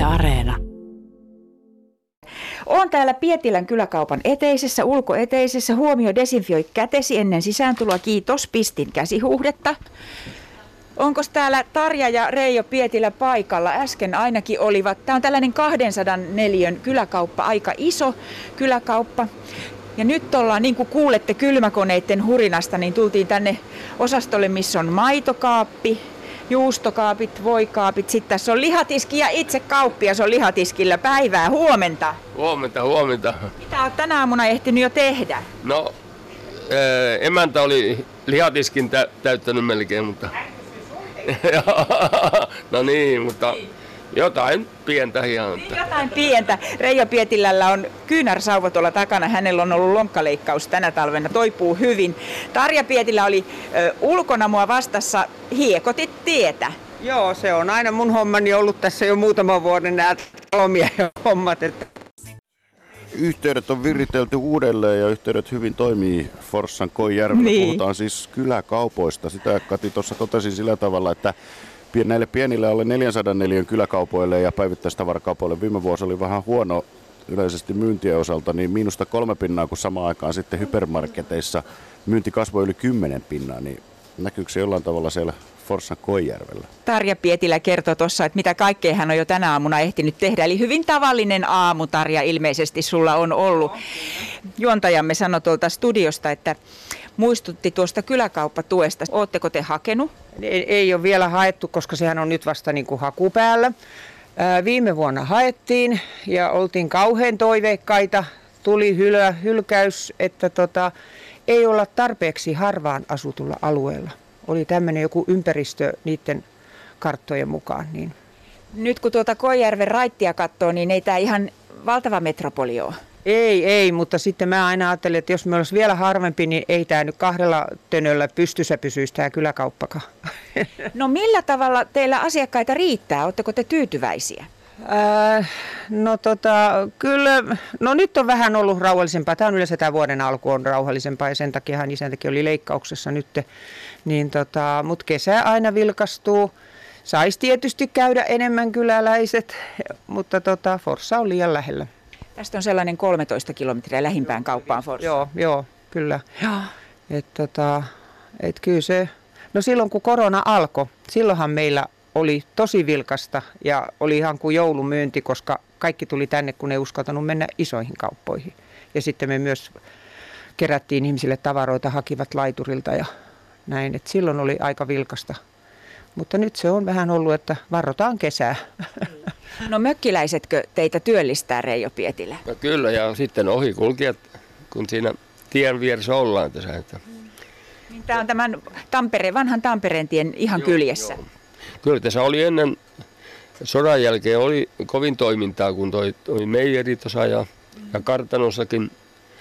Areena. Olen täällä Pietilän kyläkaupan eteisessä, ulkoeteisessä. Huomio, desinfioi kätesi ennen sisääntuloa. Kiitos, pistin käsihuhdetta. Onko täällä Tarja ja Reijo Pietilä paikalla? Äsken ainakin olivat. Tämä on tällainen 204 kyläkauppa, aika iso kyläkauppa. Ja nyt ollaan, niin kuin kuulette kylmäkoneiden hurinasta, niin tultiin tänne osastolle, missä on maitokaappi, juustokaapit, voikaapit. Sitten tässä on lihatiski ja itse kauppias on lihatiskillä. Päivää, huomenta. Huomenta. Mitä olet tänä aamuna ehtinyt jo tehdä? No, emäntä oli lihatiskin täyttänyt melkein, mutta... No niin, mutta jotain pientä ihan. Jotain pientä. Reijo Pietilällä on kyynärsauva tuolla takana. Hänellä on ollut lonkkaleikkaus tänä talvena. Toipuu hyvin. Tarja Pietilä oli ulkona mua vastassa. Hiekotit tietä. Joo, se on aina mun hommani ollut tässä jo muutaman vuoden nämä talomiehen hommat. Yhteydet on viritelty uudelleen ja yhteydet hyvin toimii Forssan Koijärvellä. Niin. Puhutaan siis kyläkaupoista. Sitä Kati tuossa totesin sillä tavalla, että näille pienille alle 404 kyläkaupoille ja päivittäistavarakaupoille viime vuosi oli vähän huono yleisesti myyntien osalta, niin -3%, kun samaan aikaan sitten hypermarketeissa myynti kasvoi yli 10%, niin näkyykö se jollain tavalla siellä Forssan Koijärvellä? Tarja Pietilä kertoi tuossa, että mitä kaikkea hän on jo tänä aamuna ehtinyt tehdä. Eli hyvin tavallinen aamu, Tarja, ilmeisesti sulla on ollut. Juontajamme sanoi tuolta studiosta, että muistutti tuosta kyläkauppatuesta. Ootteko te hakenut? Ei ole vielä haettu, koska sehän on nyt vasta niin kuin haku päällä. Viime vuonna haettiin ja oltiin kauhean toiveikkaita. Tuli hylkäys, että ei olla tarpeeksi harvaan asutulla alueella. Oli tämmöinen joku ympäristö niiden karttojen mukaan. Niin. Nyt kun tuota Koijärven raittia katsoo, niin ei tämä ihan valtava metropoli ole. Ei, mutta sitten mä aina ajattelin, että jos me olisi vielä harvempi, niin ei tämä nyt 2 tönöllä pystyssä pysyisi tämä kyläkauppakaan. No millä tavalla teillä asiakkaita riittää? Oletteko te tyytyväisiä? Kyllä, no nyt on vähän ollut rauhallisempaa. Tämä on yleensä tämä vuoden alku on rauhallisempaa ja sen takiahan isäntäkin oli leikkauksessa nyt. Niin mutta kesä aina vilkastuu. Saisi tietysti käydä enemmän kyläläiset, mutta Forssa on liian lähellä. Tästä on sellainen 13 kilometriä lähimpään kauppaan Forssa. Joo, kyllä. Et kyllä se, no silloin kun korona alkoi, silloinhan meillä oli tosi vilkasta ja oli ihan kuin joulumyynti, koska kaikki tuli tänne, kun ei uskaltanut mennä isoihin kauppoihin. Ja sitten me myös kerättiin ihmisille tavaroita, hakivat laiturilta ja näin. Et silloin oli aika vilkasta. Mutta nyt se on vähän ollut, että varotaan kesää. No mökkiläisetkö teitä työllistää, Reijo Pietilä? No kyllä, ja sitten ohikulkijat, kun siinä tien vieressä ollaan tässä. Niin tämä on tämän vanhan Tampereentien ihan kyljessä. Joo. Kyllä tässä oli ennen sodan jälkeen oli kovin toimintaa, kun toi meijeri tuossa ja kartanossakin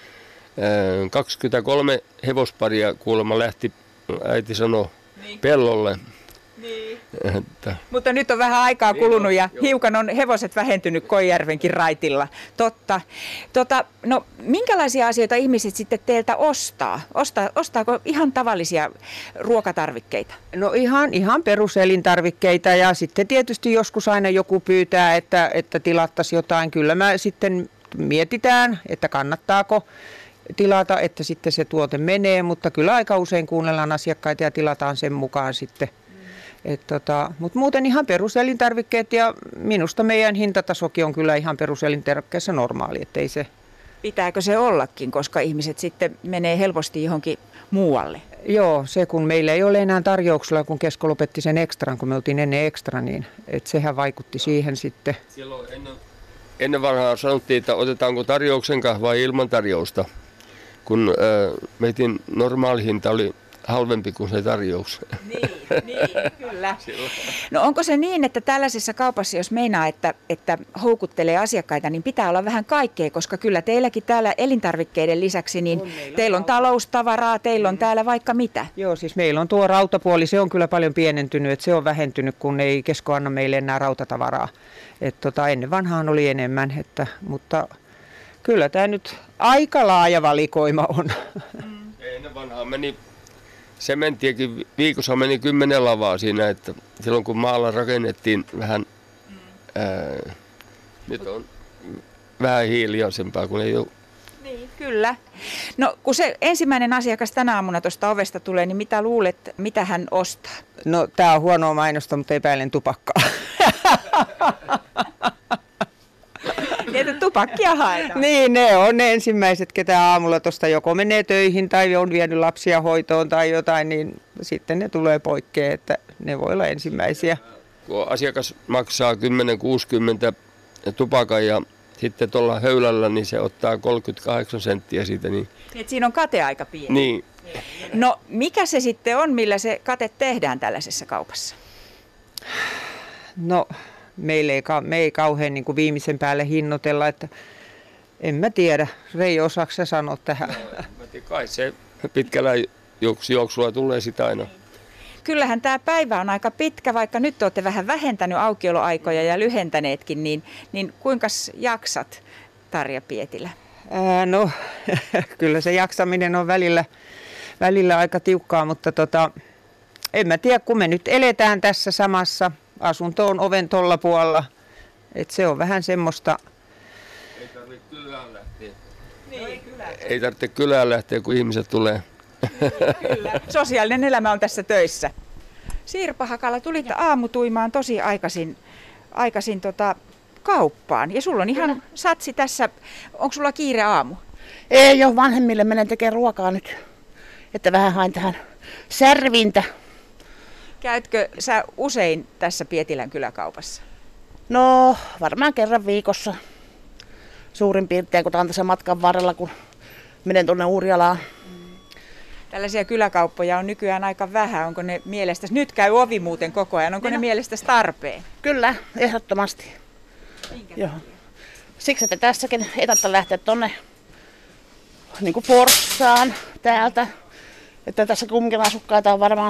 23 hevosparia kuulemma lähti, äiti sanoi, pellolle. Niin. Mutta nyt on vähän aikaa kulunut ja hiukan on hevoset vähentynyt Koijärvenkin raitilla. Totta. No minkälaisia asioita ihmiset sitten teiltä ostaa? Ostaako ihan tavallisia ruokatarvikkeita? No ihan peruselintarvikkeita ja sitten tietysti joskus aina joku pyytää, että tilattaisiin jotain. Kyllä mä sitten mietitään, että kannattaako tilata, että sitten se tuote menee, mutta kyllä aika usein kuunnellaan asiakkaita ja tilataan sen mukaan sitten. Mutta muuten ihan peruselintarvikkeet ja minusta meidän hintatasokin on kyllä ihan peruselintarvikkeessa normaali, ettei se... Pitääkö se ollakin, koska ihmiset sitten menee helposti johonkin muualle? Joo, se kun meillä ei ole enää tarjouksella, kun Kesko lopetti sen ekstran, kun me oltiin ennen ekstra, niin sehän vaikutti siihen sitten. Silloin ennen vanhaa sanottiin, että otetaanko tarjouksen vai ilman tarjousta, kun meitin normaali hinta oli halvempi kuin se tarjous. Niin, kyllä. No onko se niin, että tällaisessa kaupassa, jos meinaa, että houkuttelee asiakkaita, niin pitää olla vähän kaikkea, koska kyllä teilläkin täällä elintarvikkeiden lisäksi, niin teillä on taloustavaraa, teillä on täällä vaikka mitä. Joo, siis meillä on tuo rautapuoli, se on kyllä paljon pienentynyt, että se on vähentynyt, kun ei Kesko anna meille enää rautatavaraa. Ennen vanhaan oli enemmän, mutta kyllä tämä nyt aika laaja valikoima on. Ennen vanhaan meni sementtiäkin viikossa meni 10 lavaa siinä, että silloin kun maalla rakennettiin vähän Nyt on vähän hiljaisempaa, kun ei ole. Niin, kyllä. No kun se ensimmäinen asiakas tänä aamuna tuosta ovesta tulee, niin mitä luulet, mitä hän ostaa? No tää on huonoa mainosta, mutta epäilen tupakkaa. Niitä tupakkia haetaan. Niin, ne on ne ensimmäiset, ketä aamulla tuosta joko menee töihin tai on vienyt lapsia hoitoon tai jotain, niin sitten ne tulee poikkeen, että ne voi olla ensimmäisiä. Kun asiakas maksaa 10,60 tupakan ja sitten tuolla höylällä, niin se ottaa 38 senttiä siitä. Niin. Et siinä on kate aika pieni. Niin. No mikä se sitten on, millä se kate tehdään tällaisessa kaupassa? No me ei kauhean niin kuin viimeisen päälle hinnoitella, että en mä tiedä. Reijo, osaako sä sanoa tähän? Kai se pitkällä juoksulla tulee sitä aina. Kyllähän tämä päivä on aika pitkä, vaikka nyt olette vähän vähentänyt aukioloaikoja ja lyhentäneetkin, niin kuinka jaksat, Tarja Pietilä? No kyllä se jaksaminen on välillä aika tiukkaa, mutta en mä tiedä, kun me nyt eletään tässä samassa. Asunto on oven tolla puolella, että se on vähän semmoista. Ei tarvitse kylään lähteä. Ei tarvitse kylään lähteä, kun ihmiset tulee. Kyllä. Sosiaalinen elämä on tässä töissä. Sirpa Hakala, tulit aamutuimaan tosi aikaisin kauppaan. Ja sulla on ihan satsi tässä. Onko sulla kiire aamu? Ei ole, vanhemmille menen tekemään ruokaa nyt. Että vähän hain tähän särvintä. Käytkö sä usein tässä Pietilän kyläkaupassa? No, varmaan kerran viikossa. Suurin piirtein, kun on tässä matkan varrella, kun menen tuonne Urjalaan. Tällaisia kyläkauppoja on nykyään aika vähän. Onko ne mielestäsi, nyt käy ovi muuten koko ajan, onko ne mielestäsi tarpeen? Kyllä, ehdottomasti. Joo. Siksi, että tässäkin ei tarvitse lähteä tuonne niin kuin Forssaan täältä. Että tässä kumminkin asukkaita on varmaan.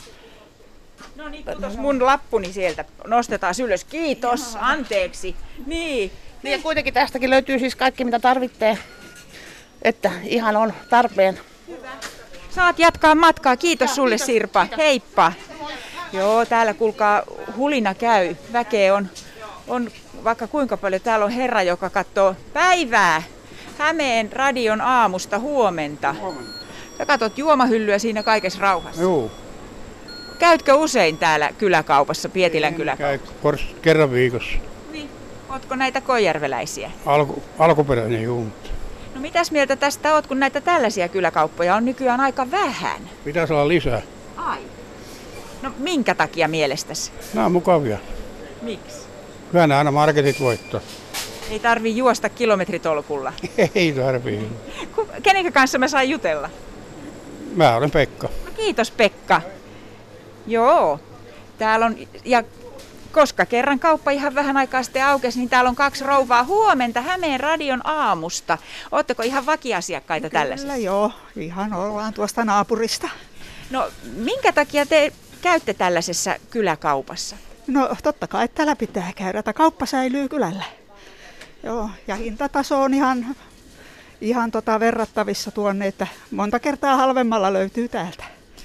No niin, tuossa mun lappuni sieltä nostetaan ylös. Kiitos, anteeksi. Niin. Ja kuitenkin tästäkin löytyy siis kaikki, mitä tarvitsee. Että ihan on tarpeen. Saat jatkaa matkaa. Kiitos sulle, Sirpa. Kiitos. Heippa. Joo, täällä kuulkaa hulina käy. Väkeä on vaikka kuinka paljon. Täällä on herra, joka katsoo päivää. Hämeen radion aamusta huomenta. Ja katsot juomahyllyä siinä kaikessa rauhassa. Joo. Käytkö usein täällä kyläkaupassa, Pietilän kyläkaupassa? Käy kerran viikossa. Niin. Ootko näitä koijärveläisiä? Alkuperäinen, juu. No mitäs mieltä tästä oot, kun näitä tällaisia kyläkauppoja on nykyään aika vähän? Pitäisi olla lisää. Ai. No minkä takia mielestäsi? Nämä on mukavia. Miksi? Kyllä nämä aina marketit voittaa. Ei tarvii juosta kilometritolkulla. Ei tarvii. Kenen kanssa mä saan jutella? Mä olen Pekka. No kiitos Pekka. Joo. Täällä on, ja koska kerran kauppa ihan vähän aikaa sitten aukesi, niin täällä on 2 rouvaa. Huomenta Hämeen radion aamusta. Ootteko ihan vakiasiakkaita tällaisessa? Kyllä joo, ihan ollaan tuosta naapurista. No minkä takia te käytte tällaisessa kyläkaupassa? No totta kai täällä pitää käydä, että kauppa säilyy kylällä. Joo, ja hintataso on ihan verrattavissa tuonne, että monta kertaa halvemmalla löytyy täältä.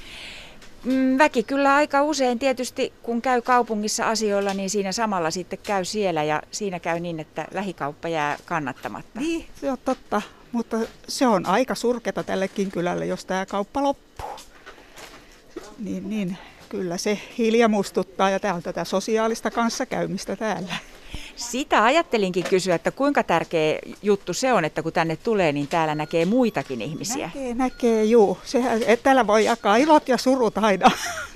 Väki kyllä aika usein tietysti, kun käy kaupungissa asioilla, niin siinä samalla sitten käy siellä ja siinä käy niin, että lähikauppa jää kannattamatta. Niin, se on totta, mutta se on aika surketa tällekin kylälle, jos tämä kauppa loppuu. Niin, kyllä se hilja mustuttaa ja täällä on tätä sosiaalista kanssakäymistä täällä. Sitä ajattelinkin kysyä, että kuinka tärkeä juttu se on, että kun tänne tulee, niin täällä näkee muitakin ihmisiä. Näkee, juu. Että täällä voi jakaa ilot ja surut aina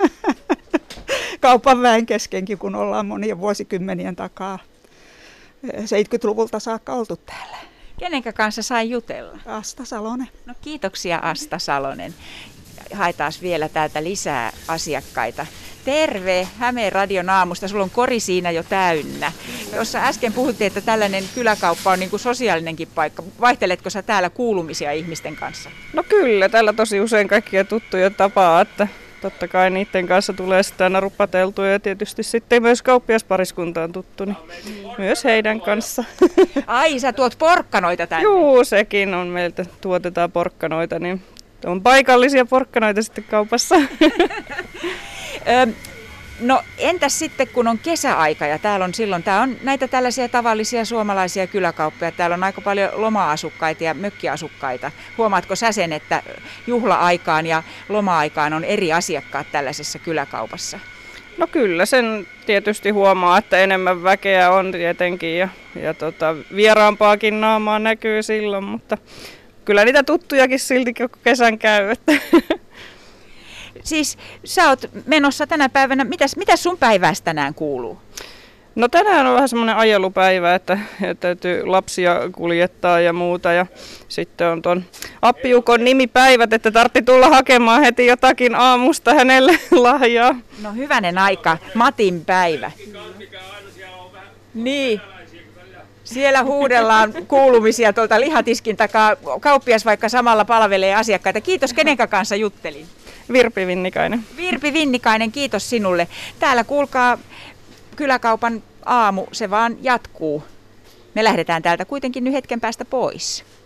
kaupan väen keskenkin, kun ollaan monien vuosikymmenien takaa 70-luvulta saakka oltu täällä. Kenenkä kanssa sain jutella? Asta Salonen. No kiitoksia Asta Salonen. Haetaan vielä täältä lisää asiakkaita. Terve Hämeen radion aamusta. Sulla on kori siinä jo täynnä. Jossa äsken puhuttiin, että tällainen kyläkauppa on niin kuin sosiaalinenkin paikka. Vaihteletko sä täällä kuulumisia ihmisten kanssa? No kyllä, täällä tosi usein kaikkia tuttuja tapaa, että totta kai niiden kanssa tulee sitten aina rupateltua ja tietysti sitten myös kauppiaspariskunta on tuttu, niin myös heidän kanssa. Ai, sä tuot porkkanoita tänne? Juu, sekin on meiltä, tuotetaan porkkanoita, niin on paikallisia porkkanoita sitten kaupassa. No entäs sitten kun on kesäaika ja täällä on näitä tällaisia tavallisia suomalaisia kyläkauppoja. Täällä on aika paljon loma-asukkaita ja mökkiasukkaita. Huomaatko sä sen, että juhla-aikaan ja loma-aikaan on eri asiakkaat tällaisessa kyläkaupassa? No kyllä, sen tietysti huomaa, että enemmän väkeä on tietenkin ja vieraampaakin naamaa näkyy silloin, mutta kyllä niitä tuttujakin silti koko kesän käy. Että. Siis sä oot menossa tänä päivänä, mitäs sun päivästä tänään kuuluu? No tänään on vähän semmoinen ajelupäivä, että täytyy lapsia kuljettaa ja muuta ja sitten on tuon appiukon nimipäivät, että tarvitsi tulla hakemaan heti jotakin aamusta hänelle lahjaa. No hyvänen aika, Matin päivä. Niin. Siellä huudellaan kuulumisia tuolta lihatiskin takaa. Kauppias vaikka samalla palvelee asiakkaita. Kiitos, kenenkä kanssa juttelin? Virpi Vinnikainen. Virpi Vinnikainen, kiitos sinulle. Täällä kuulkaa kyläkaupan aamu, se vaan jatkuu. Me lähdetään täältä kuitenkin nyt hetken päästä pois.